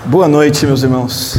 Boa noite, meus irmãos.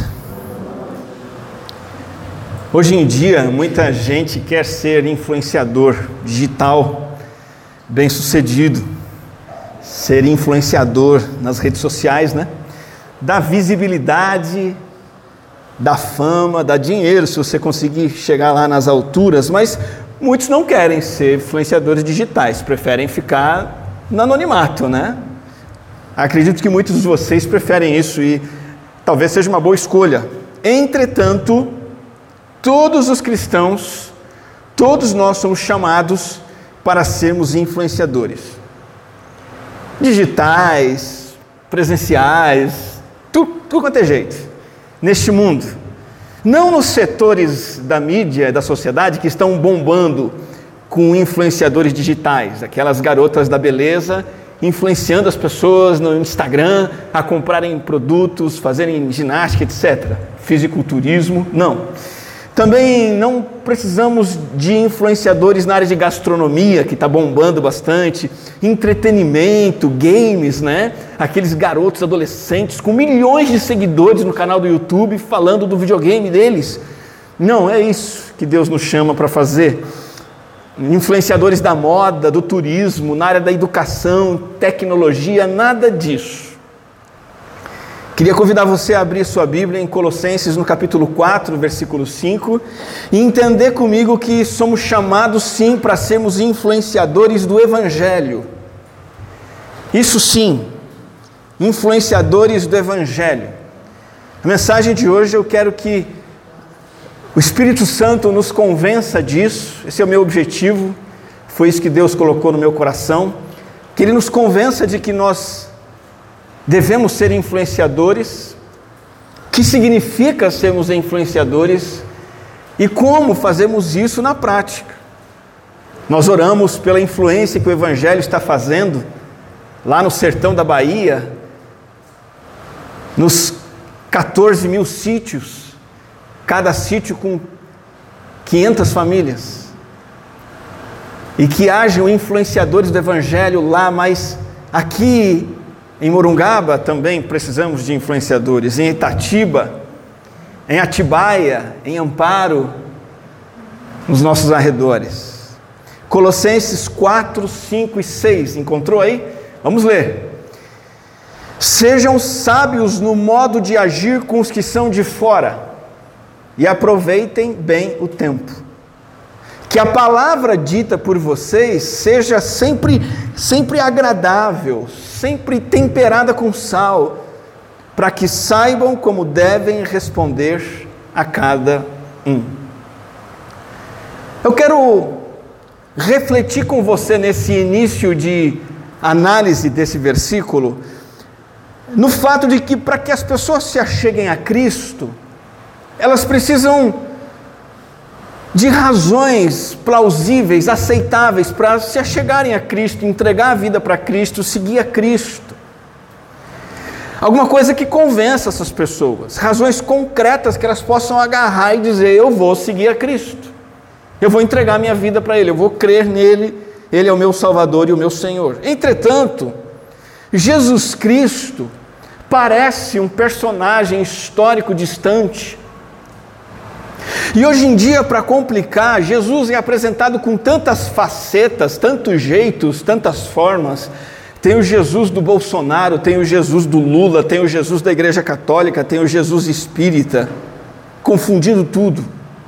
Hoje em dia, muita gente quer ser influenciador digital, bem-sucedido, ser influenciador nas redes sociais, né? Dá visibilidade, dá fama, dá dinheiro se você conseguir chegar lá nas alturas, mas muitos não querem ser influenciadores digitais, preferem ficar no anonimato, né? Acredito que muitos de vocês preferem isso e talvez seja uma boa escolha. Entretanto, todos os cristãos, todos nós somos chamados para sermos influenciadores. Digitais, presenciais, tudo quanto é jeito, neste mundo. Não nos setores da mídia, da sociedade que estão bombando com influenciadores digitais, aquelas garotas da beleza influenciando as pessoas no Instagram a comprarem produtos, fazerem ginástica, etc. Fisiculturismo, não. Também não precisamos de influenciadores na área de gastronomia, que está bombando bastante, entretenimento, games, né? Aqueles garotos adolescentes com milhões de seguidores no canal do YouTube falando do videogame deles. Não, é isso que Deus nos chama para fazer. Influenciadores da moda, do turismo, na área da educação, tecnologia, nada disso. Queria convidar você a abrir sua Bíblia em Colossenses no capítulo 4, versículo 5, e entender comigo que somos chamados sim para sermos influenciadores do Evangelho. Isso sim, influenciadores do Evangelho. A mensagem de hoje eu quero que o Espírito Santo nos convença disso, esse é o meu objetivo, foi isso que Deus colocou no meu coração, que Ele nos convença de que nós devemos ser influenciadores, o que significa sermos influenciadores e como fazemos isso na prática. Nós oramos pela influência que o Evangelho está fazendo lá no sertão da Bahia, nos 14 mil sítios, cada sítio com 500 famílias, e que hajam influenciadores do Evangelho lá, mas aqui em Morungaba também precisamos de influenciadores, em Itatiba, em Atibaia, em Amparo, nos nossos arredores. Colossenses 4, 5 e 6, encontrou aí? Vamos ler. Sejam sábios no modo de agir com os que são de fora, e aproveitem bem o tempo. Que a palavra dita por vocês seja sempre agradável, sempre temperada com sal, para que saibam como devem responder a cada um. Eu quero refletir com você nesse início de análise desse versículo, no fato de que para que as pessoas se acheguem a Cristo, elas precisam de razões plausíveis, aceitáveis, para se achegarem a Cristo, entregar a vida para Cristo, seguir a Cristo. Alguma coisa que convença essas pessoas, razões concretas que elas possam agarrar e dizer: eu vou seguir a Cristo, eu vou entregar minha vida para Ele, eu vou crer nele, Ele é o meu Salvador e o meu Senhor. Entretanto, Jesus Cristo parece um personagem histórico distante. E hoje em dia, para complicar, Jesus é apresentado com tantas facetas, tantos jeitos, tantas formas. Tem o Jesus do Bolsonaro, tem o Jesus do Lula, tem o Jesus da Igreja Católica, tem o Jesus espírita, confundindo tudo.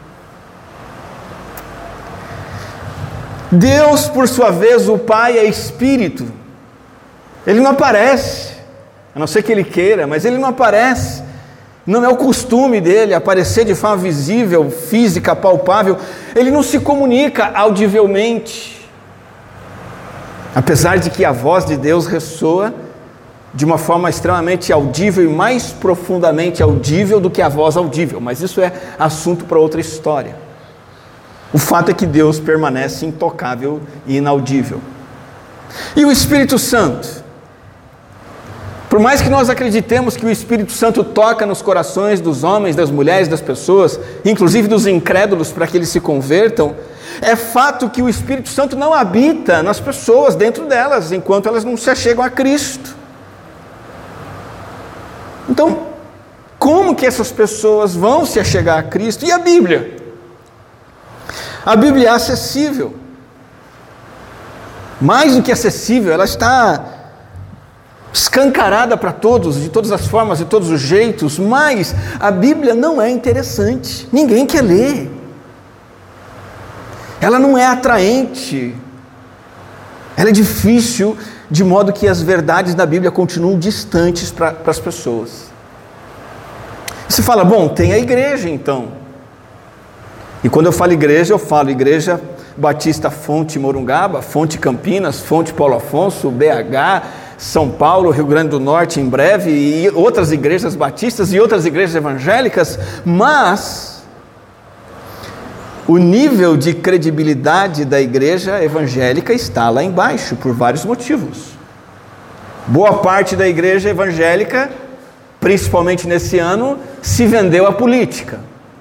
Deus, por sua vez, o Pai é Espírito. Ele não aparece, a não ser que Ele queira, mas Ele não aparece. Não é o costume dele aparecer de forma visível, física, palpável. Ele não se comunica audivelmente. Apesar de que a voz de Deus ressoa de uma forma extremamente audível e mais profundamente audível do que a voz audível. Mas isso é assunto para outra história. O fato é que Deus permanece intocável e inaudível. E o Espírito Santo? Por mais que nós acreditemos que o Espírito Santo toca nos corações dos homens, das mulheres, das pessoas, inclusive dos incrédulos, para que eles se convertam, é fato que o Espírito Santo não habita nas pessoas, dentro delas, enquanto elas não se achegam a Cristo. Então, que essas pessoas vão se achegar a Cristo? E a Bíblia? A Bíblia é acessível. Mais do que acessível, ela está escancarada para todos, de todas as formas, de todos os jeitos, mas a Bíblia não é interessante. Ninguém quer ler. Ela não é atraente. Ela é difícil, de modo que as verdades da Bíblia continuam distantes para as pessoas. Você fala, bom, tem a igreja então. E quando eu falo Igreja Batista Fonte Morungaba, Fonte Campinas, Fonte Paulo Afonso, BH, São Paulo, Rio Grande do Norte em breve, e outras igrejas batistas e outras igrejas evangélicas, mas o nível de credibilidade da igreja evangélica está lá embaixo, por vários motivos. Boa parte da igreja evangélica, principalmente nesse ano, se vendeu à política.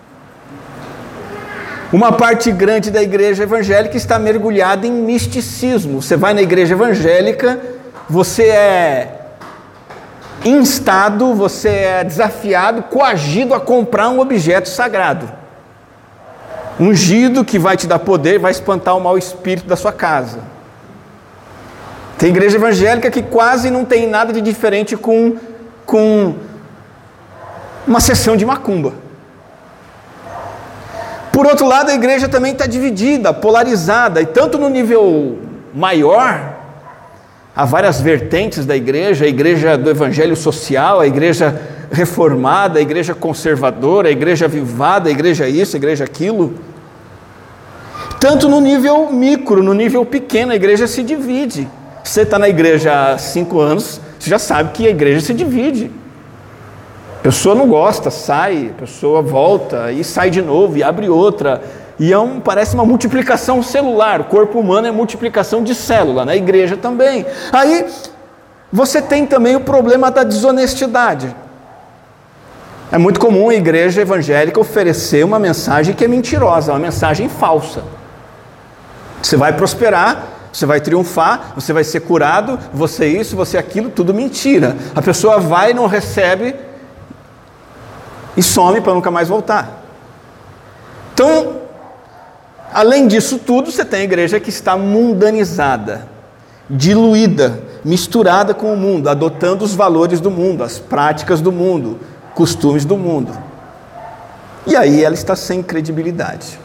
Uma parte grande da igreja evangélica está mergulhada em misticismo. Você vai na igreja evangélica, você é instado, você é desafiado, coagido a comprar um objeto sagrado. Ungido que vai te dar poder, vai espantar o mau espírito da sua casa. Tem igreja evangélica que quase não tem nada de diferente com uma sessão de macumba. Por outro lado, a igreja também está dividida, polarizada, e tanto no nível maior, há várias vertentes da igreja, a igreja do evangelho social, a igreja reformada, a igreja conservadora, a igreja avivada, a igreja isso, a igreja aquilo. Tanto no nível micro, no nível pequeno, a igreja se divide. Você está na igreja há 5 anos, você já sabe que a igreja se divide. A pessoa não gosta, sai, a pessoa volta e sai de novo e abre outra. E parece uma multiplicação celular. O corpo humano é multiplicação de célula, na igreja também. Aí você tem também o problema da desonestidade. É muito comum a igreja evangélica oferecer uma mensagem que é mentirosa, uma mensagem falsa. Você vai prosperar, você vai triunfar, você vai ser curado, você isso, você aquilo, tudo mentira. A pessoa vai e não recebe e some para nunca mais voltar. Então, além disso tudo, você tem a igreja que está mundanizada, diluída, misturada com o mundo, adotando os valores do mundo, as práticas do mundo, costumes do mundo. E aí ela está sem credibilidade.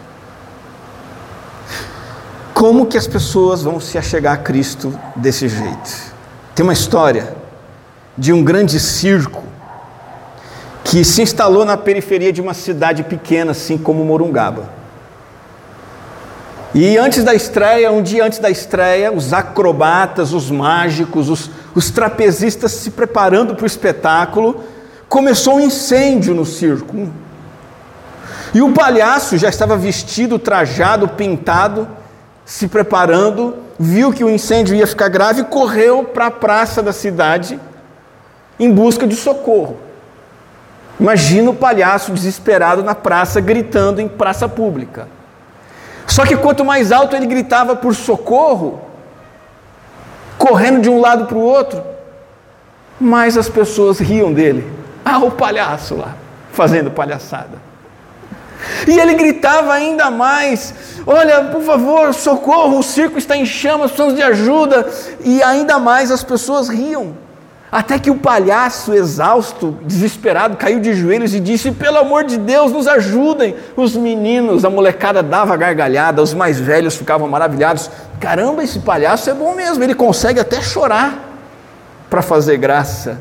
Como que as pessoas vão se achegar a Cristo desse jeito? Tem uma história de um grande circo que se instalou na periferia de uma cidade pequena, assim como Morungaba. E antes da estreia, um dia antes da estreia, os acrobatas, os mágicos, os trapezistas se preparando para o espetáculo, começou um incêndio no circo. E o palhaço já estava vestido, trajado, pintado, se preparando, viu que o incêndio ia ficar grave e correu para a praça da cidade em busca de socorro. Imagina o palhaço desesperado na praça, gritando em praça pública. Só que quanto mais alto ele gritava por socorro, correndo de um lado para o outro, mais as pessoas riam dele. Ah, o palhaço lá, fazendo palhaçada. E ele gritava ainda mais, olha, por favor, socorro, o circo está em chamas, precisamos de ajuda. E ainda mais as pessoas riam. Até que o palhaço, exausto, desesperado, caiu de joelhos e disse, pelo amor de Deus, nos ajudem. Os meninos, a molecada dava gargalhada, os mais velhos ficavam maravilhados. Caramba, esse palhaço é bom mesmo, ele consegue até chorar para fazer graça.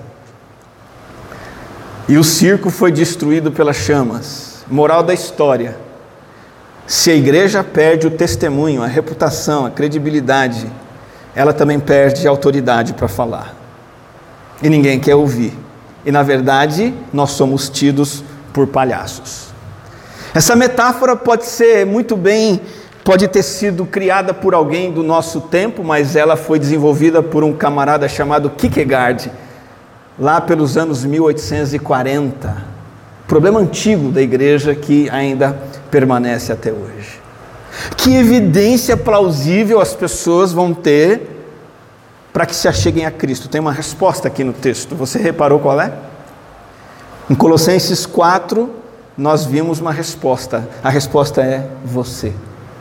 E o circo foi destruído pelas chamas. Moral da história: se a igreja perde o testemunho, a reputação, a credibilidade, ela também perde a autoridade para falar. E ninguém quer ouvir. E na verdade, nós somos tidos por palhaços. Essa metáfora pode ter sido criada por alguém do nosso tempo, mas ela foi desenvolvida por um camarada chamado Kierkegaard, lá pelos anos 1840. Problema antigo da igreja que ainda permanece até hoje. Que evidência plausível as pessoas vão ter para que se acheguem a Cristo? Tem uma resposta aqui no texto. Você reparou qual é? Em Colossenses 4, nós vimos uma resposta. A resposta é você.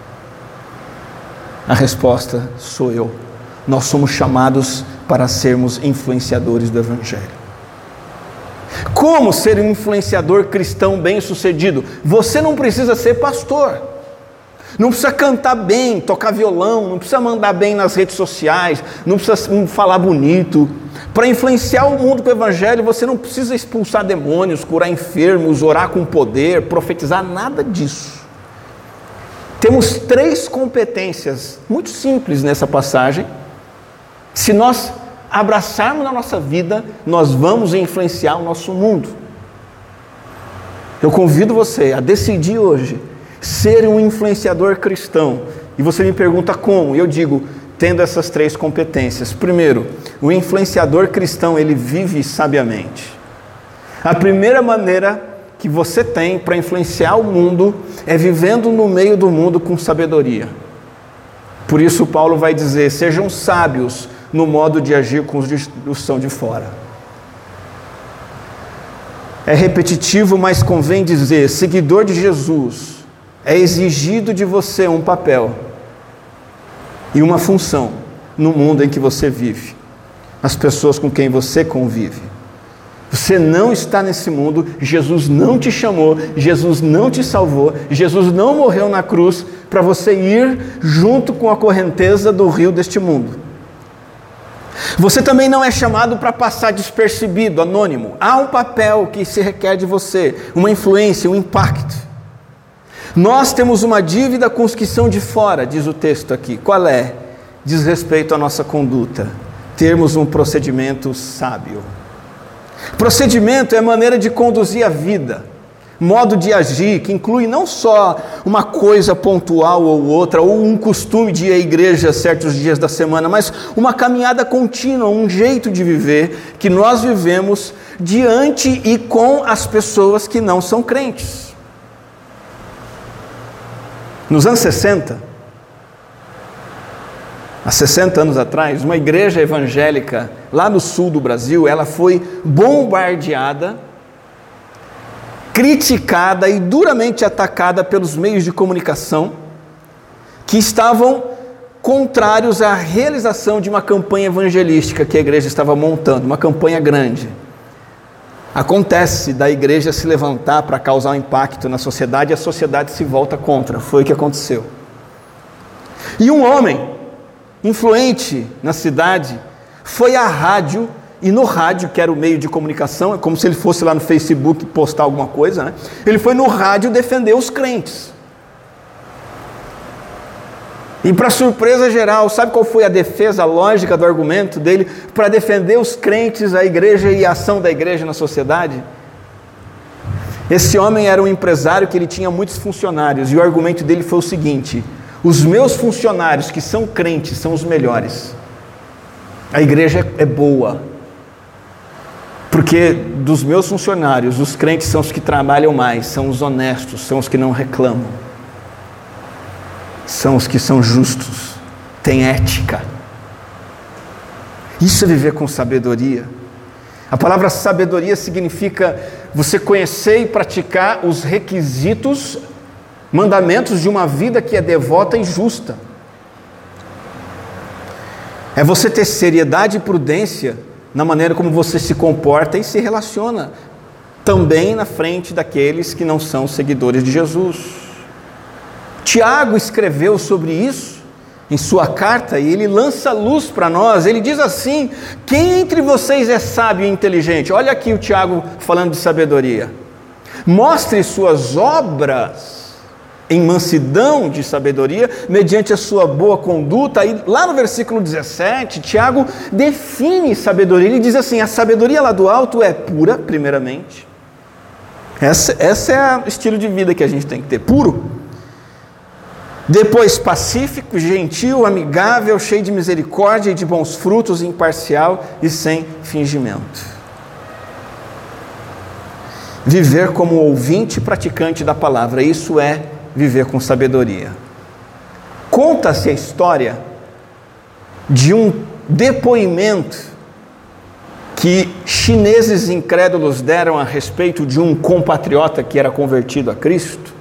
A resposta sou eu. Nós somos chamados para sermos influenciadores do Evangelho. Como ser um influenciador cristão bem-sucedido? Você não precisa ser pastor. Não precisa cantar bem, tocar violão, não precisa mandar bem nas redes sociais, não precisa falar bonito. Para influenciar o mundo com o Evangelho, você não precisa expulsar demônios, curar enfermos, orar com poder, profetizar, nada disso. Temos 3 competências muito simples nessa passagem. Se nós abraçarmos na nossa vida, nós vamos influenciar o nosso mundo. Eu convido você a decidir hoje ser um influenciador cristão. E você me pergunta como? E eu digo, tendo essas 3 competências. Primeiro, o influenciador cristão, ele vive sabiamente. A primeira maneira que você tem para influenciar o mundo é vivendo no meio do mundo com sabedoria. Por isso Paulo vai dizer, sejam sábios no modo de agir com os que estão de fora. É repetitivo, mas convém dizer, seguidor de Jesus, é exigido de você um papel e uma função no mundo em que você vive, as pessoas com quem você convive. Você não está nesse mundo, Jesus não te chamou, Jesus não te salvou, Jesus não morreu na cruz para você ir junto com a correnteza do rio deste mundo. Você também não é chamado para passar despercebido, anônimo. Há um papel que se requer de você, uma influência, um impacto. Nós temos uma dívida com os que são de fora, diz o texto aqui. Qual é? Diz respeito à nossa conduta. Termos um procedimento sábio. Procedimento é maneira de conduzir a vida, modo de agir, que inclui não só uma coisa pontual ou outra, ou um costume de ir à igreja certos dias da semana, mas uma caminhada contínua, um jeito de viver que nós vivemos diante e com as pessoas que não são crentes. Nos anos 60, há 60 anos atrás, uma igreja evangélica lá no sul do Brasil, ela foi bombardeada, criticada e duramente atacada pelos meios de comunicação que estavam contrários à realização de uma campanha evangelística que a igreja estava montando, uma campanha grande. Acontece da igreja se levantar para causar um impacto na sociedade e a sociedade se volta contra. Foi o que aconteceu. E um homem influente na cidade foi à rádio, e no rádio, que era o meio de comunicação, é como se ele fosse lá no Facebook postar alguma coisa, né? Ele foi no rádio defender os crentes. E para surpresa geral, sabe qual foi a defesa lógica do argumento dele para defender os crentes, a igreja e a ação da igreja na sociedade? Esse homem era um empresário que ele tinha muitos funcionários, e o argumento dele foi o seguinte: os meus funcionários que são crentes são os melhores. A igreja é boa, porque dos meus funcionários, os crentes são os que trabalham mais, são os honestos, são os que não reclamam, são os que são justos, têm ética. Isso é viver com sabedoria. A palavra sabedoria significa você conhecer e praticar os requisitos, mandamentos de uma vida que é devota e justa. É você ter seriedade e prudência na maneira como você se comporta e se relaciona, também na frente daqueles que não são seguidores de Jesus. Tiago escreveu sobre isso em sua carta, e ele lança luz para nós. Ele diz assim: quem entre vocês é sábio e inteligente? Olha aqui o Tiago falando de sabedoria. Mostre suas obras em mansidão de sabedoria, mediante a sua boa conduta. E lá no versículo 17, Tiago define sabedoria. Ele diz assim: a sabedoria lá do alto é pura, primeiramente. Esse é o estilo de vida que a gente tem que ter, puro. Depois pacífico, gentil, amigável, cheio de misericórdia e de bons frutos, imparcial e sem fingimento. Viver como ouvinte praticante da palavra, isso é viver com sabedoria. Conta-se a história de um depoimento que chineses incrédulos deram a respeito de um compatriota que era convertido a Cristo?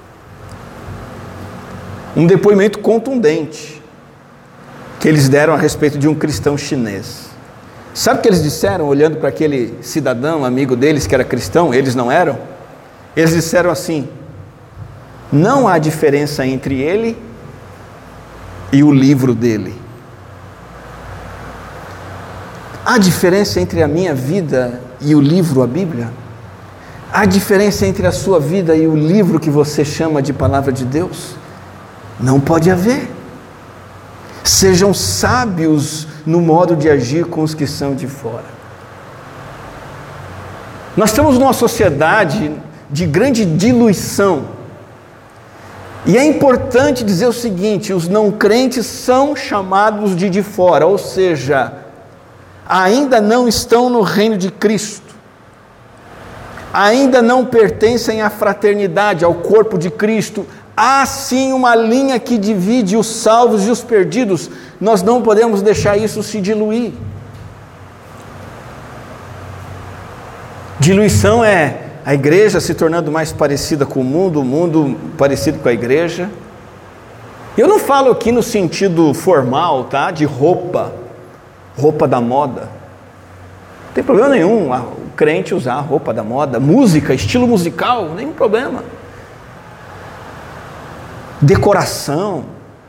Um depoimento contundente que eles deram a respeito de um cristão chinês. Sabe o que eles disseram, olhando para aquele cidadão, amigo deles, que era cristão? Eles não eram? Eles disseram assim: não há diferença entre ele e o livro dele. Há diferença entre a minha vida e o livro, a Bíblia? Há diferença entre a sua vida e o livro que você chama de palavra de Deus? Não pode haver. Sejam sábios no modo de agir com os que são de fora. Nós estamos numa sociedade de grande diluição. E é importante dizer o seguinte: os não crentes são chamados de fora, ou seja, ainda não estão no reino de Cristo, ainda não pertencem à fraternidade, ao corpo de Cristo. Há sim uma linha que divide os salvos e os perdidos. Nós não podemos deixar isso se diluir. Diluição é a igreja se tornando mais parecida com o mundo parecido com a igreja. Eu não falo aqui no sentido formal, tá? De roupa da moda. Não tem problema nenhum o crente usar a roupa da moda. Música, estilo musical, nenhum problema. Decoração,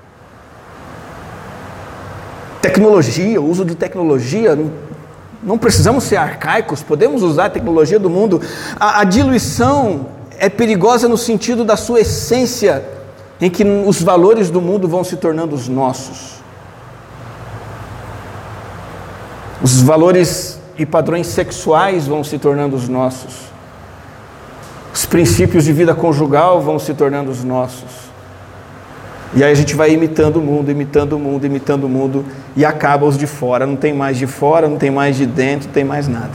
tecnologia, uso de tecnologia, não precisamos ser arcaicos, podemos usar a tecnologia do mundo. A diluição é perigosa no sentido da sua essência, em que os valores do mundo vão se tornando os nossos. Os valores e padrões sexuais vão se tornando os nossos. Os princípios de vida conjugal vão se tornando os nossos. E aí a gente vai imitando o mundo, e acaba os de fora. Não tem mais de fora, não tem mais de dentro, não tem mais nada.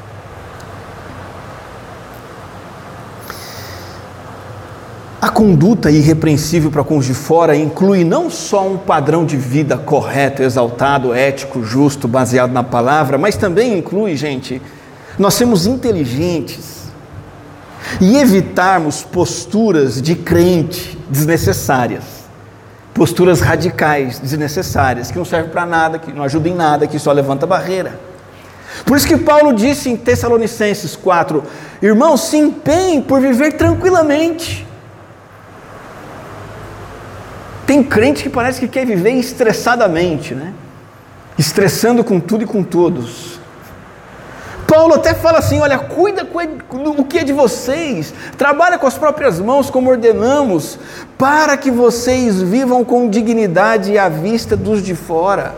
A conduta irrepreensível para com os de fora inclui não só um padrão de vida correto, exaltado, ético, justo, baseado na palavra, mas também inclui, gente, nós sermos inteligentes e evitarmos posturas de crente desnecessárias. Posturas radicais, desnecessárias, que não servem para nada, que não ajudam em nada, que só levanta barreira. Por isso que Paulo disse em Tessalonicenses 4, irmãos, se empenhem por viver tranquilamente. Tem crente que parece que quer viver estressadamente, né? Estressando com tudo e com todos. Paulo até fala assim, olha, cuida do que é de vocês, trabalha com as próprias mãos como ordenamos, para que vocês vivam com dignidade à vista dos de fora.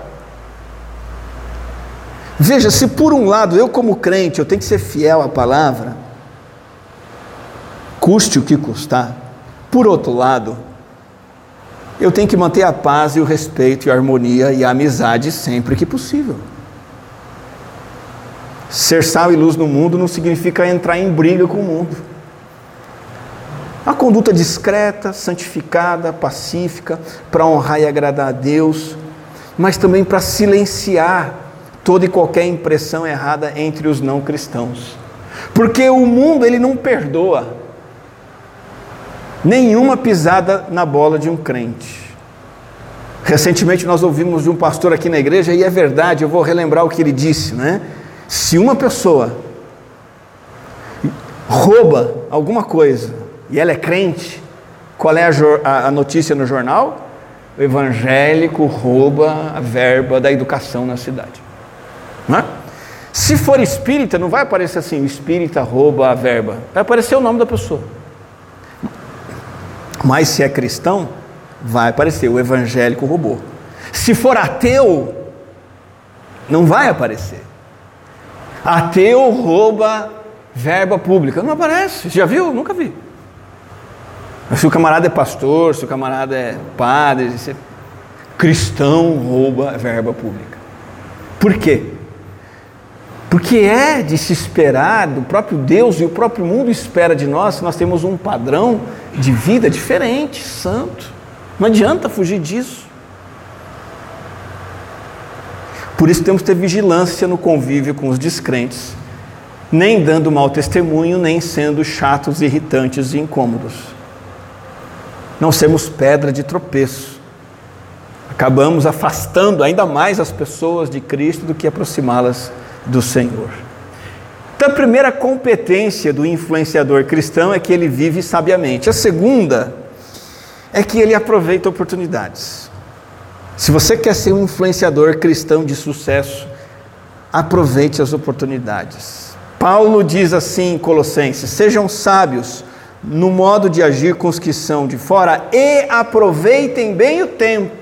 Veja, se por um lado eu como crente, eu tenho que ser fiel à palavra, custe o que custar, por outro lado, eu tenho que manter a paz e o respeito e a harmonia e a amizade sempre que possível. Ser sal e luz no mundo não significa entrar em briga com o mundo. A conduta discreta, santificada, pacífica, para honrar e agradar a Deus, mas também para silenciar toda e qualquer impressão errada entre os não cristãos. Porque o mundo, ele não perdoa nenhuma pisada na bola de um crente. Recentemente nós ouvimos de um pastor aqui na igreja, e é verdade, eu vou relembrar o que ele disse, né? Se uma pessoa rouba alguma coisa e ela é crente, qual é a notícia no jornal? O evangélico rouba a verba da educação na cidade. Não é? Se for espírita, não vai aparecer assim, o espírita rouba a verba. Vai aparecer o nome da pessoa. Mas se é cristão, vai aparecer, o evangélico roubou. Se for ateu, não vai aparecer. Ateu rouba verba pública. Não aparece. Já viu? Nunca vi. Mas se o camarada é pastor, se o camarada é padre, se é cristão, rouba verba pública. Por quê? Porque é de se esperar do próprio Deus, e o próprio mundo espera de nós, que nós temos um padrão de vida diferente, santo. Não adianta fugir disso. Por isso temos que ter vigilância no convívio com os descrentes, nem dando mau testemunho, nem sendo chatos, irritantes e incômodos. Não sermos pedra de tropeço. Acabamos afastando ainda mais as pessoas de Cristo do que aproximá-las do Senhor. Então a primeira competência do influenciador cristão é que ele vive sabiamente. A segunda é que ele aproveita oportunidades. Se você quer ser um influenciador cristão de sucesso, aproveite as oportunidades. Paulo diz assim em Colossenses: sejam sábios no modo de agir com os que são de fora e aproveitem bem o tempo.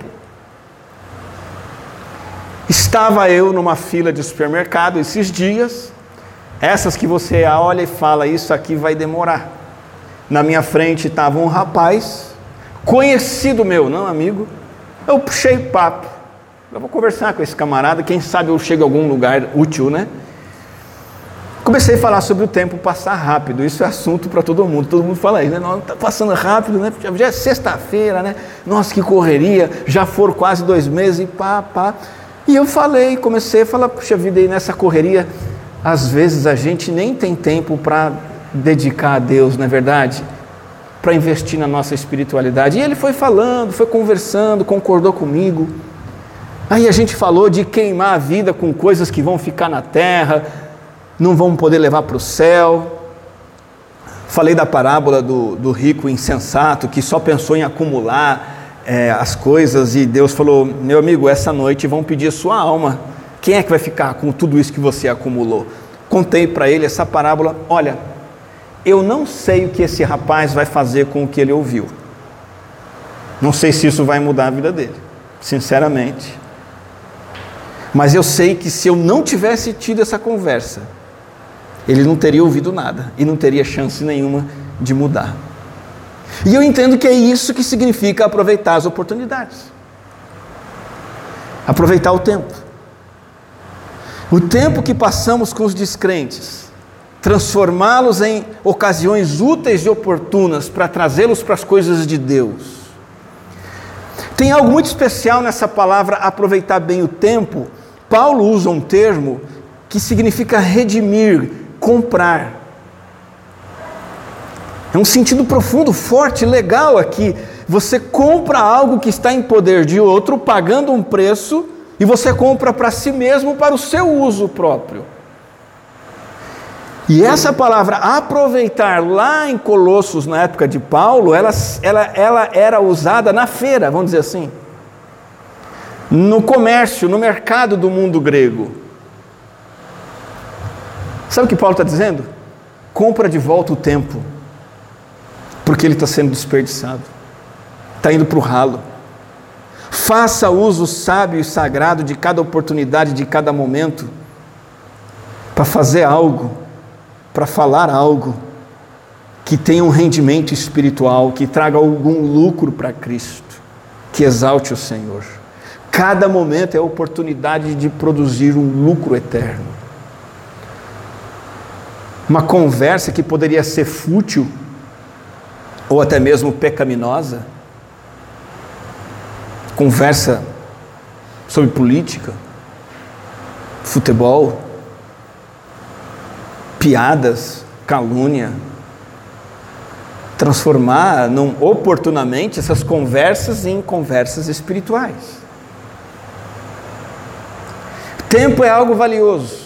Estava eu numa fila de supermercado esses dias, essas que você olha e fala, isso aqui vai demorar. Na minha frente estava um rapaz, conhecido meu, não amigo. Eu puxei papo, eu vou conversar com esse camarada, quem sabe eu chego a algum lugar útil, né? Comecei a falar sobre o tempo passar rápido, isso é assunto para todo mundo fala isso, né? Não, tá passando rápido, né? Já é sexta-feira, né? Nossa, que correria, já foram quase 2 meses e pá. E eu comecei a falar, puxa vida, aí nessa correria, às vezes a gente nem tem tempo para dedicar a Deus, não é verdade? Para investir na nossa espiritualidade. E ele foi falando, foi conversando, concordou comigo. Aí a gente falou de queimar a vida com coisas que vão ficar na terra, não vão poder levar para o céu. Falei da parábola do rico insensato, que só pensou em acumular as coisas, e Deus falou: meu amigo, essa noite vão pedir a sua alma. Quem é que vai ficar com tudo isso que você acumulou? Contei para ele essa parábola. Olha, eu não sei o que esse rapaz vai fazer com o que ele ouviu. Não sei se isso vai mudar a vida dele, sinceramente. Mas eu sei que se eu não tivesse tido essa conversa, ele não teria ouvido nada e não teria chance nenhuma de mudar. E eu entendo que é isso que significa aproveitar as oportunidades. Aproveitar o tempo. O tempo que passamos com os descrentes, transformá-los em ocasiões úteis e oportunas para trazê-los para as coisas de Deus. Tem algo muito especial nessa palavra aproveitar bem o tempo. Paulo usa um termo que significa redimir, comprar. É um sentido profundo, forte, legal aqui. Você compra algo que está em poder de outro, pagando um preço, e você compra para si mesmo, para o seu uso próprio. E essa palavra aproveitar, lá em Colossos, na época de Paulo, ela era usada na feira, vamos dizer assim, no comércio, no mercado do mundo grego. Sabe o que Paulo está dizendo? Compra de volta o tempo, porque ele está sendo desperdiçado, está indo para o ralo. Faça uso sábio e sagrado de cada oportunidade, de cada momento, para fazer algo, para falar algo que tenha um rendimento espiritual, que traga algum lucro para Cristo, que exalte o Senhor. Cada momento é a oportunidade de produzir um lucro eterno. Uma conversa que poderia ser fútil, ou até mesmo pecaminosa, conversa sobre política, futebol, piadas, calúnia, transformar oportunamente essas conversas em conversas espirituais. Tempo é algo valioso.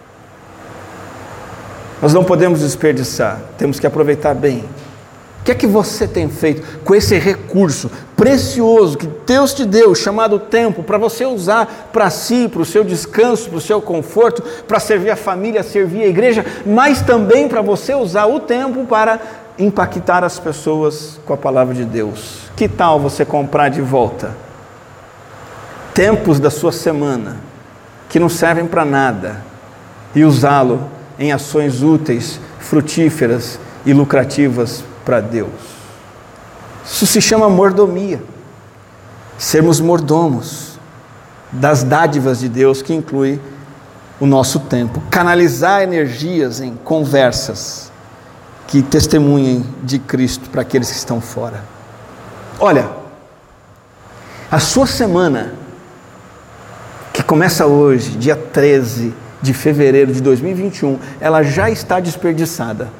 Nós não podemos desperdiçar, temos que aproveitar bem. O que é que você tem feito com esse recurso precioso que Deus te deu, chamado tempo, para você usar para si, para o seu descanso, para o seu conforto, para servir a família, servir a igreja, mas também para você usar o tempo para impactar as pessoas com a palavra de Deus? Que tal você comprar de volta tempos da sua semana que não servem para nada e usá-lo em ações úteis, frutíferas e lucrativas para Deus? Isso se chama mordomia. Sermos mordomos das dádivas de Deus, que inclui o nosso tempo. Canalizar energias em conversas que testemunhem de Cristo para aqueles que estão fora. Olha, a sua semana, que que começa hoje, dia 13 de fevereiro de 2021, ela já está desperdiçada.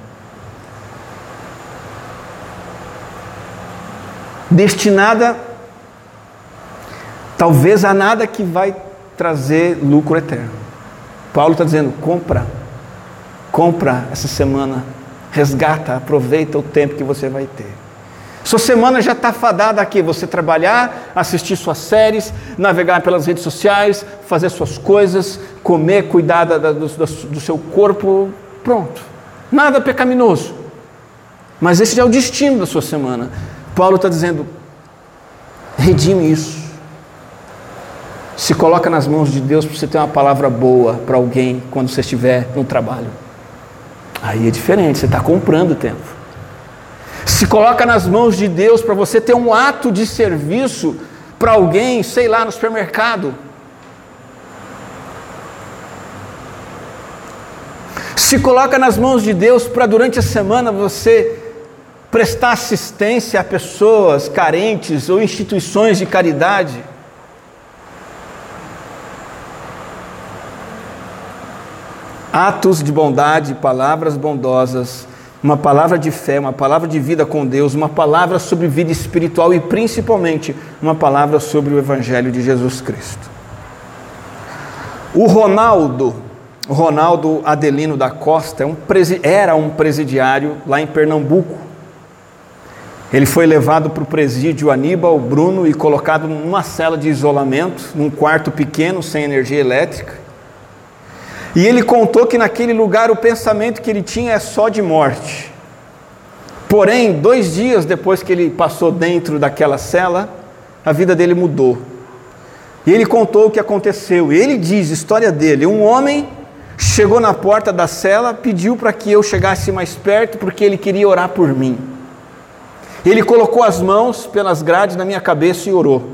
Destinada, talvez, a nada que vai trazer lucro eterno. Paulo está dizendo, compra essa semana, resgata, aproveita o tempo que você vai ter. Sua semana já está fadada aqui, você trabalhar, assistir suas séries, navegar pelas redes sociais, fazer suas coisas, comer, cuidar do seu corpo, pronto. Nada pecaminoso. Mas esse é o destino da sua semana. Paulo está dizendo, redime isso. Se coloca nas mãos de Deus para você ter uma palavra boa para alguém quando você estiver no trabalho. Aí é diferente, você está comprando tempo. Se coloca nas mãos de Deus para você ter um ato de serviço para alguém, sei lá, no supermercado. Se coloca nas mãos de Deus para durante a semana você prestar assistência a pessoas carentes ou instituições de caridade. Atos de bondade, palavras bondosas, uma palavra de fé, uma palavra de vida com Deus, uma palavra sobre vida espiritual e principalmente uma palavra sobre o Evangelho de Jesus Cristo. O Ronaldo Adelino da Costa era um presidiário lá em Pernambuco. Ele foi levado para o presídio Aníbal Bruno e colocado numa cela de isolamento, num quarto pequeno, sem energia elétrica. E ele contou que naquele lugar o pensamento que ele tinha é só de morte. Porém, 2 dias depois que ele passou dentro daquela cela, a vida dele mudou. E ele contou o que aconteceu. E ele diz, história dele, um homem chegou na porta da cela, pediu para que eu chegasse mais perto, porque ele queria orar por mim. Ele colocou as mãos pelas grades na minha cabeça e orou.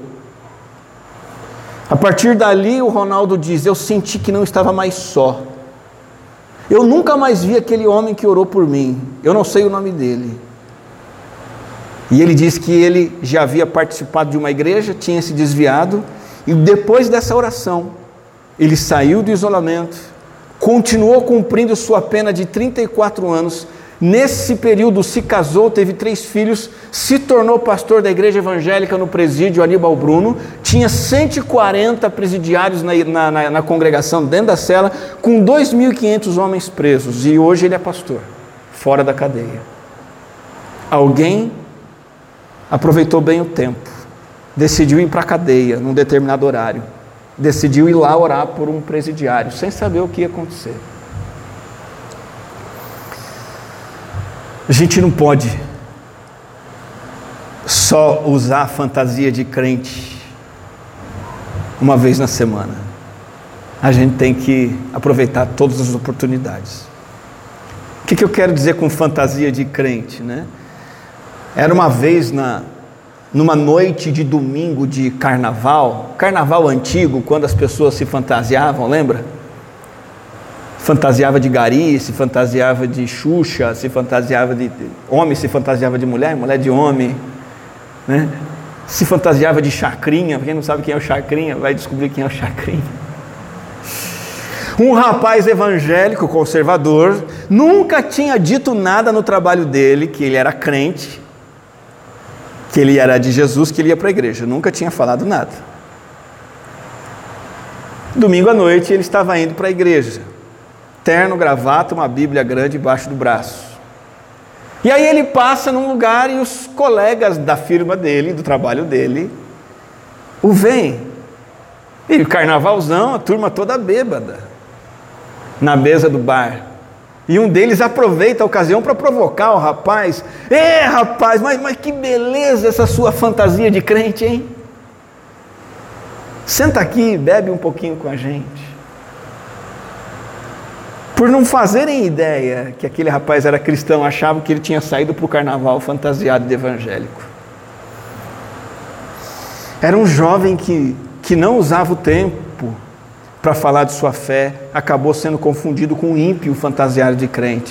A partir dali, o Ronaldo diz, eu senti que não estava mais só. Eu nunca mais vi aquele homem que orou por mim. Eu não sei o nome dele. E ele diz que ele já havia participado de uma igreja, tinha se desviado, e depois dessa oração, ele saiu do isolamento, continuou cumprindo sua pena de 34 anos, nesse período se casou, teve 3 filhos, se tornou pastor da igreja evangélica no presídio Aníbal Bruno, tinha 140 presidiários na congregação dentro da cela, com 2.500 homens presos, e hoje ele é pastor, fora da cadeia. Alguém aproveitou bem o tempo, decidiu ir para a cadeia num determinado horário, decidiu ir lá orar por um presidiário, sem saber o que ia acontecer. A gente não pode só usar a fantasia de crente uma vez na semana. A gente tem que aproveitar todas as oportunidades. O que eu quero dizer com fantasia de crente, né? Era uma vez numa noite de domingo de carnaval antigo, quando as pessoas se fantasiavam, lembra? Fantasiava de gari, se fantasiava de Xuxa, se fantasiava de homem, se fantasiava de mulher, mulher de homem, né? Se fantasiava de chacrinha. Quem não sabe quem é o chacrinha, vai descobrir quem é o chacrinha. Um rapaz evangélico, conservador, nunca tinha dito nada no trabalho dele, que ele era crente, que ele era de Jesus, que ele ia para a igreja, nunca tinha falado nada. Domingo à noite ele estava indo para a igreja, terno, gravata, uma Bíblia grande embaixo do braço. E aí ele passa num lugar e os colegas da firma dele, do trabalho dele, o veem. E o carnavalzão, a turma toda bêbada, na mesa do bar. E um deles aproveita a ocasião para provocar o rapaz. Rapaz, mas que beleza essa sua fantasia de crente, hein? Senta aqui, bebe um pouquinho com a gente. Por não fazerem ideia que aquele rapaz era cristão, achavam que ele tinha saído para o carnaval fantasiado de evangélico. Era um jovem que não usava o tempo para falar de sua fé, acabou sendo confundido com um ímpio fantasiado de crente.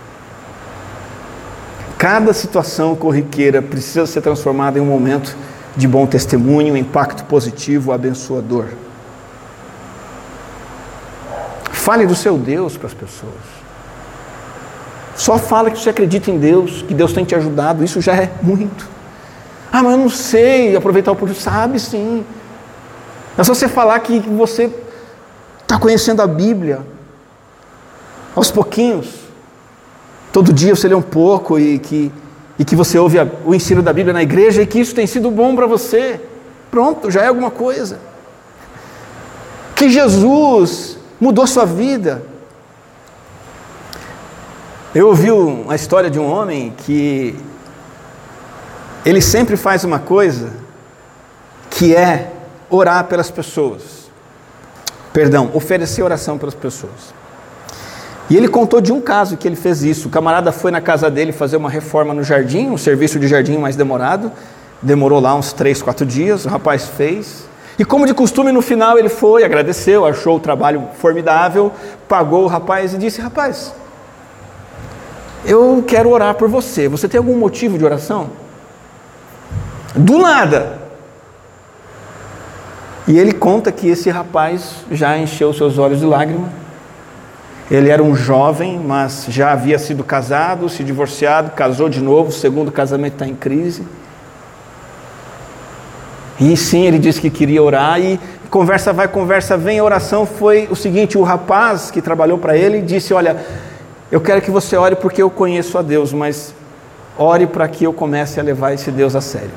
Cada situação corriqueira precisa ser transformada em um momento de bom testemunho, um impacto positivo, abençoador. Fale do seu Deus para as pessoas. Só fala que você acredita em Deus, que Deus tem te ajudado, isso já é muito. Ah, mas eu não sei aproveitar o oportunidade. Sabe sim. É só você falar que você está conhecendo a Bíblia, aos pouquinhos. Todo dia você lê um pouco e que você ouve o ensino da Bíblia na igreja e que isso tem sido bom para você. Pronto, já é alguma coisa. Que Jesus mudou a sua vida. Eu ouvi uma história de um homem que ele sempre faz uma coisa que é orar pelas pessoas. Perdão, oferecer oração pelas pessoas. E ele contou de um caso que ele fez isso. O camarada foi na casa dele fazer uma reforma no jardim, um serviço de jardim mais demorado. Demorou lá uns 3, 4 dias, o rapaz fez. E como de costume, no final ele foi, agradeceu, achou o trabalho formidável, pagou o rapaz e disse: rapaz, eu quero orar por você. Você tem algum motivo de oração? Do nada. E ele conta que esse rapaz já encheu seus olhos de lágrima. Ele era um jovem, mas já havia sido casado, se divorciado, casou de novo, o segundo casamento está em crise. E sim, ele disse que queria orar, e conversa vai, conversa vem. A oração foi o seguinte: o rapaz que trabalhou para ele disse: olha, eu quero que você ore porque eu conheço a Deus, mas ore para que eu comece a levar esse Deus a sério.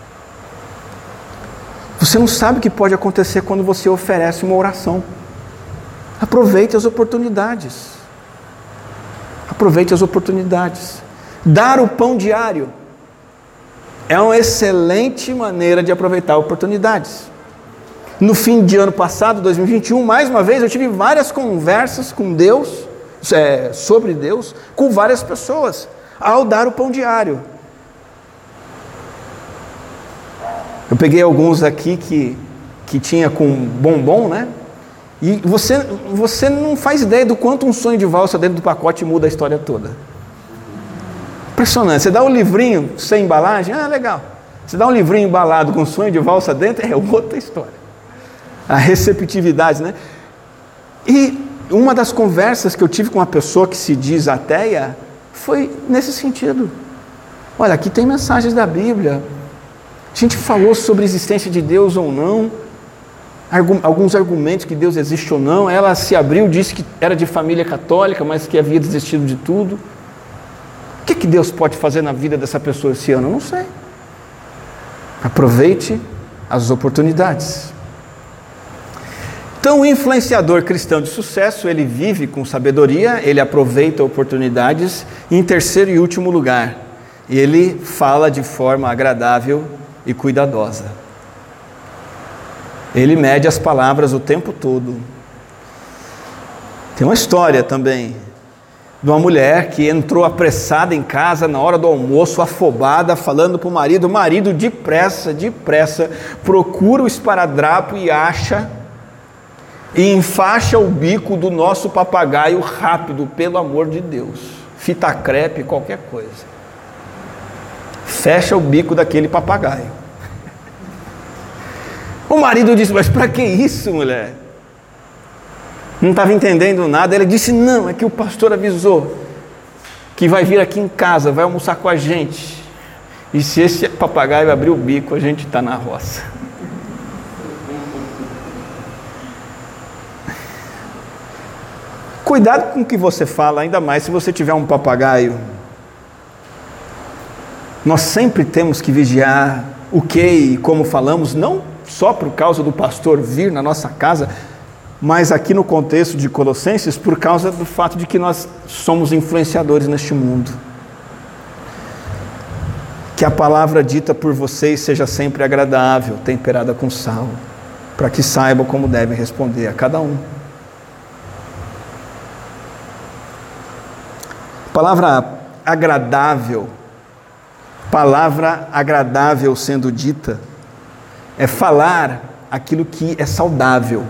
Você não sabe o que pode acontecer quando você oferece uma oração. Aproveite as oportunidades. Aproveite as oportunidades. Dar o pão diário é uma excelente maneira de aproveitar oportunidades. No fim de ano passado, 2021, mais uma vez, eu tive várias conversas com Deus, sobre Deus, com várias pessoas, ao dar o pão diário. Eu peguei alguns aqui que tinha com bombom, né? E você não faz ideia do quanto um sonho de valsa dentro do pacote muda a história toda. Impressionante. Você dá um livrinho sem embalagem, legal. Você dá um livrinho embalado com sonho de valsa dentro, é outra história. A receptividade, né? E uma das conversas que eu tive com uma pessoa que se diz ateia foi nesse sentido. Olha, aqui tem mensagens da Bíblia. A gente falou sobre a existência de Deus ou não, alguns argumentos que Deus existe ou não. Ela se abriu, disse que era de família católica, mas que havia desistido de tudo. O que Deus pode fazer na vida dessa pessoa esse ano? Eu não sei. Aproveite as oportunidades. Então, o influenciador cristão de sucesso, ele vive com sabedoria, ele aproveita oportunidades. E em terceiro e último lugar, ele fala de forma agradável e cuidadosa. Ele mede as palavras o tempo todo. Tem uma história também de uma mulher que entrou apressada em casa na hora do almoço, afobada, falando para o marido depressa, procura o esparadrapo e acha, e enfaixa o bico do nosso papagaio rápido, pelo amor de Deus, fita crepe, qualquer coisa. Fecha o bico daquele papagaio. O marido disse: mas para que isso, mulher? Não estava entendendo nada. Ele disse: não, é que o pastor avisou que vai vir aqui em casa, vai almoçar com a gente, e se esse papagaio abrir o bico, a gente está na roça. Cuidado com o que você fala, ainda mais se você tiver um papagaio. Nós sempre temos que vigiar o que e como falamos, não só por causa do pastor vir na nossa casa, mas aqui no contexto de Colossenses, por causa do fato de que nós somos influenciadores neste mundo. Que a palavra dita por vocês seja sempre agradável, temperada com sal, para que saibam como devem responder a cada um. Palavra agradável sendo dita, é falar aquilo que é saudável.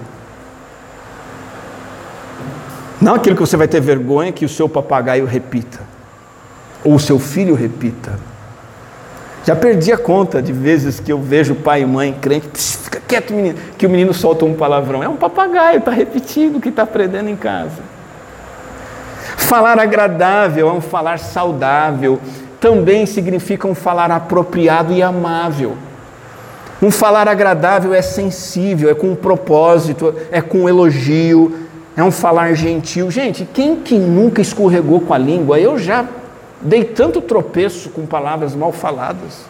Não aquilo que você vai ter vergonha que o seu papagaio repita, ou o seu filho repita. Já perdi a conta de vezes que eu vejo pai e mãe crente, fica quieto menino, que o menino solta um palavrão. É um papagaio, está repetindo o que está aprendendo em casa. Falar agradável é um falar saudável, também significa um falar apropriado e amável. Um falar agradável é sensível, é com propósito, é com elogio, é um falar gentil. Gente, quem que nunca escorregou com a língua? Eu já dei tanto tropeço com palavras mal faladas.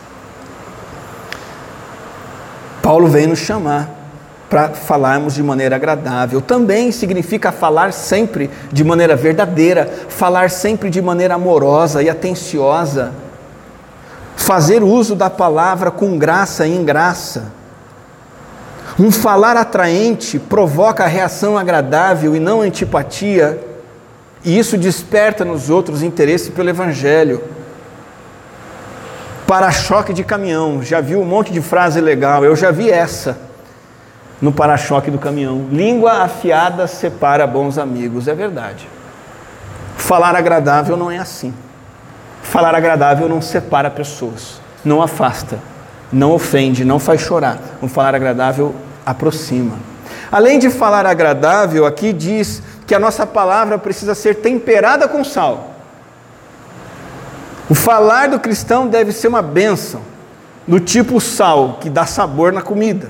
Paulo vem nos chamar para falarmos de maneira agradável. Também significa falar sempre de maneira verdadeira, falar sempre de maneira amorosa e atenciosa, fazer uso da palavra com graça e em graça. Um falar atraente provoca a reação agradável e não antipatia, e isso desperta nos outros interesse pelo Evangelho. Para-choque de caminhão, já viu um monte de frase legal, eu já vi essa no para-choque do caminhão. Língua afiada separa bons amigos, é verdade. Falar agradável não é assim. Falar agradável não separa pessoas, não afasta, não ofende, não faz chorar. Um falar agradável aproxima. Além de falar agradável, aqui diz que a nossa palavra precisa ser temperada com sal. O falar do cristão deve ser uma bênção, do tipo sal, que dá sabor na comida.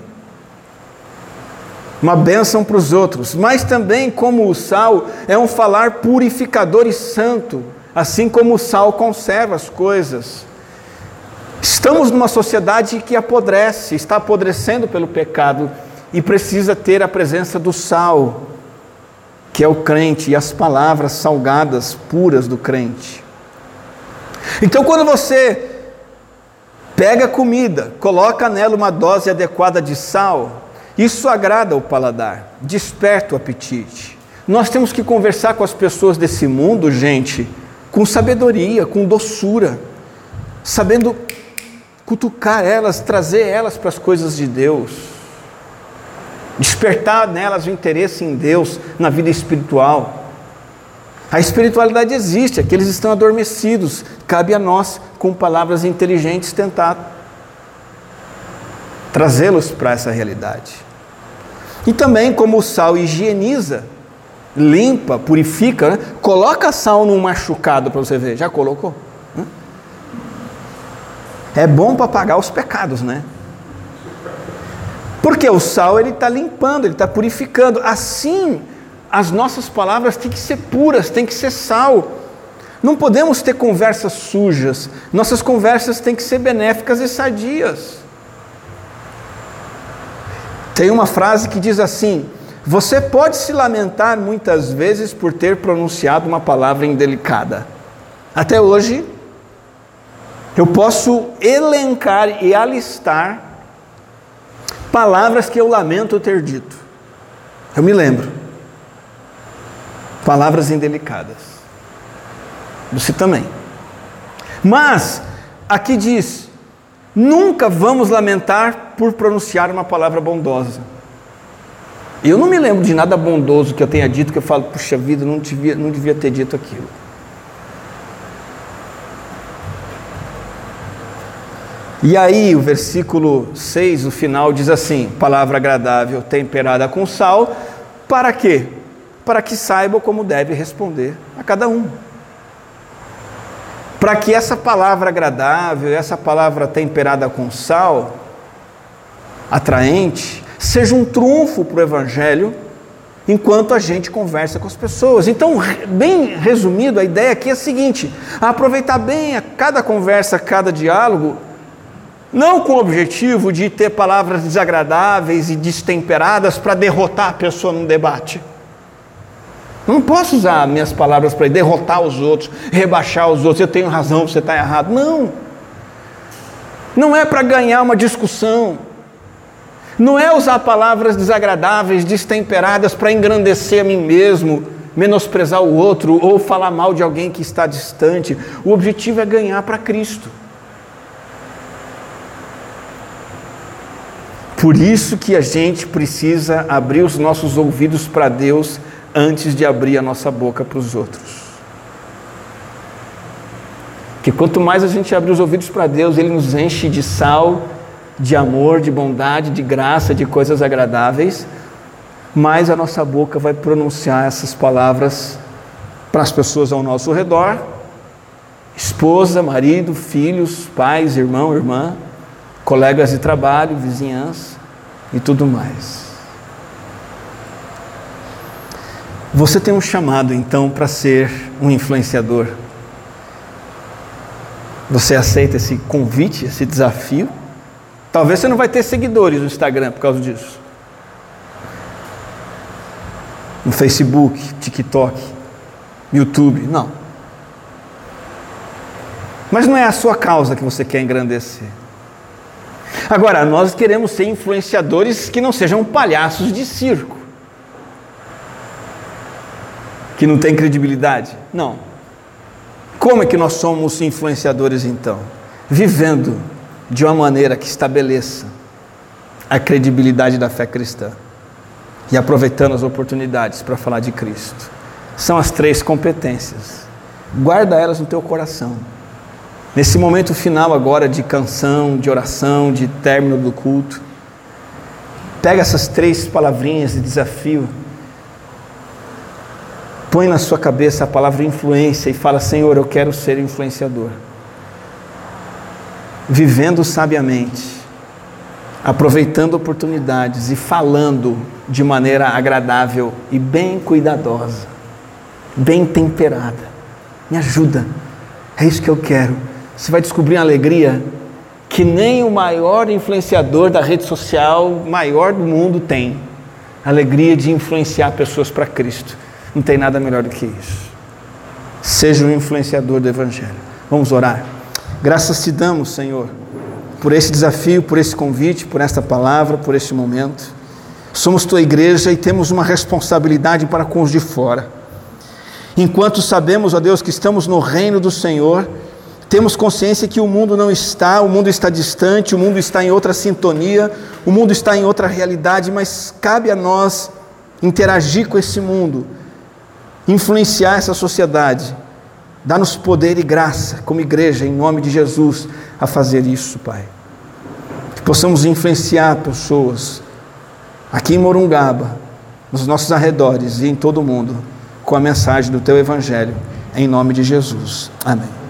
Uma bênção para os outros, mas também como o sal é um falar purificador e santo, assim como o sal conserva as coisas. Estamos numa sociedade que apodrece, está apodrecendo pelo pecado e precisa ter a presença do sal, que é o crente, e as palavras salgadas, puras do crente. Então, quando você pega a comida, coloca nela uma dose adequada de sal, isso agrada o paladar, desperta o apetite. Nós temos que conversar com as pessoas desse mundo, gente, com sabedoria, com doçura, sabendo cutucar elas, trazer elas para as coisas de Deus, despertar nelas o interesse em Deus, na vida espiritual. A espiritualidade existe, aqueles estão adormecidos, cabe a nós, com palavras inteligentes, tentar trazê-los para essa realidade. E também como o sal higieniza, limpa, purifica, né? Coloca sal num machucado para você ver, já colocou? É bom para apagar os pecados, né? Porque o sal ele está limpando, ele está purificando. Assim, as nossas palavras têm que ser puras, têm que ser sal. Não podemos ter conversas sujas. Nossas conversas têm que ser benéficas e sadias. Tem uma frase que diz assim: você pode se lamentar muitas vezes por ter pronunciado uma palavra indelicada. Até hoje, eu posso elencar e alistar palavras que eu lamento ter dito. Eu me lembro. Palavras indelicadas. Você também. Mas, aqui diz, nunca vamos lamentar por pronunciar uma palavra bondosa. Eu não me lembro de nada bondoso que eu tenha dito, que eu falo, puxa vida, não devia ter dito aquilo. E aí, o versículo 6, o final, diz assim: palavra agradável, temperada com sal, para quê? Para que saibam como deve responder a cada um. Para que essa palavra agradável, essa palavra temperada com sal, atraente, seja um trunfo para o Evangelho, enquanto a gente conversa com as pessoas. Então, bem resumido, a ideia aqui é a seguinte: aproveitar bem a cada conversa, cada diálogo, não com o objetivo de ter palavras desagradáveis e destemperadas para derrotar a pessoa num debate. Eu não posso usar minhas palavras para derrotar os outros, rebaixar os outros, eu tenho razão, você está errado. Não. Não é para ganhar uma discussão. Não é usar palavras desagradáveis, destemperadas para engrandecer a mim mesmo, menosprezar o outro ou falar mal de alguém que está distante. O objetivo é ganhar para Cristo. Por isso que a gente precisa abrir os nossos ouvidos para Deus antes de abrir a nossa boca para os outros. Porque quanto mais a gente abre os ouvidos para Deus, Ele nos enche de sal, de amor, de bondade, de graça, de coisas agradáveis, mais a nossa boca vai pronunciar essas palavras para as pessoas ao nosso redor, esposa, marido, filhos, pais, irmão, irmã, colegas de trabalho, vizinhança e tudo mais. Você tem um chamado então para ser um influenciador. Você aceita esse convite, esse desafio? Talvez você não vai ter seguidores no Instagram por causa disso. No Facebook, TikTok, YouTube, não. Mas não é a sua causa que você quer engrandecer. Agora, nós queremos ser influenciadores que não sejam palhaços de circo. Que não tem credibilidade. Não. Como é que nós somos influenciadores então? Vivendo de uma maneira que estabeleça a credibilidade da fé cristã e aproveitando as oportunidades para falar de Cristo. São as 3 competências. Guarda elas no teu coração. Nesse momento final agora de canção, de oração, de término do culto, pega essas 3 palavrinhas de desafio, põe na sua cabeça a palavra influência e fala: Senhor, eu quero ser influenciador. Vivendo sabiamente, aproveitando oportunidades e falando de maneira agradável e bem cuidadosa, bem temperada. Me ajuda, é isso que eu quero. Você vai descobrir uma alegria que nem o maior influenciador da rede social maior do mundo tem. A alegria de influenciar pessoas para Cristo. Não tem nada melhor do que isso. Seja um influenciador do Evangelho. Vamos orar. Graças te damos, Senhor, por esse desafio, por esse convite, por esta palavra, por este momento. Somos tua igreja e temos uma responsabilidade para com os de fora. Enquanto sabemos, ó Deus, que estamos no reino do Senhor, temos consciência que o mundo não está, o mundo está distante, o mundo está em outra sintonia, o mundo está em outra realidade, mas cabe a nós interagir com esse mundo, influenciar essa sociedade. Dá-nos poder e graça, como igreja, em nome de Jesus, a fazer isso, Pai. Que possamos influenciar pessoas aqui em Morungaba, nos nossos arredores e em todo o mundo, com a mensagem do Teu Evangelho, em nome de Jesus. Amém.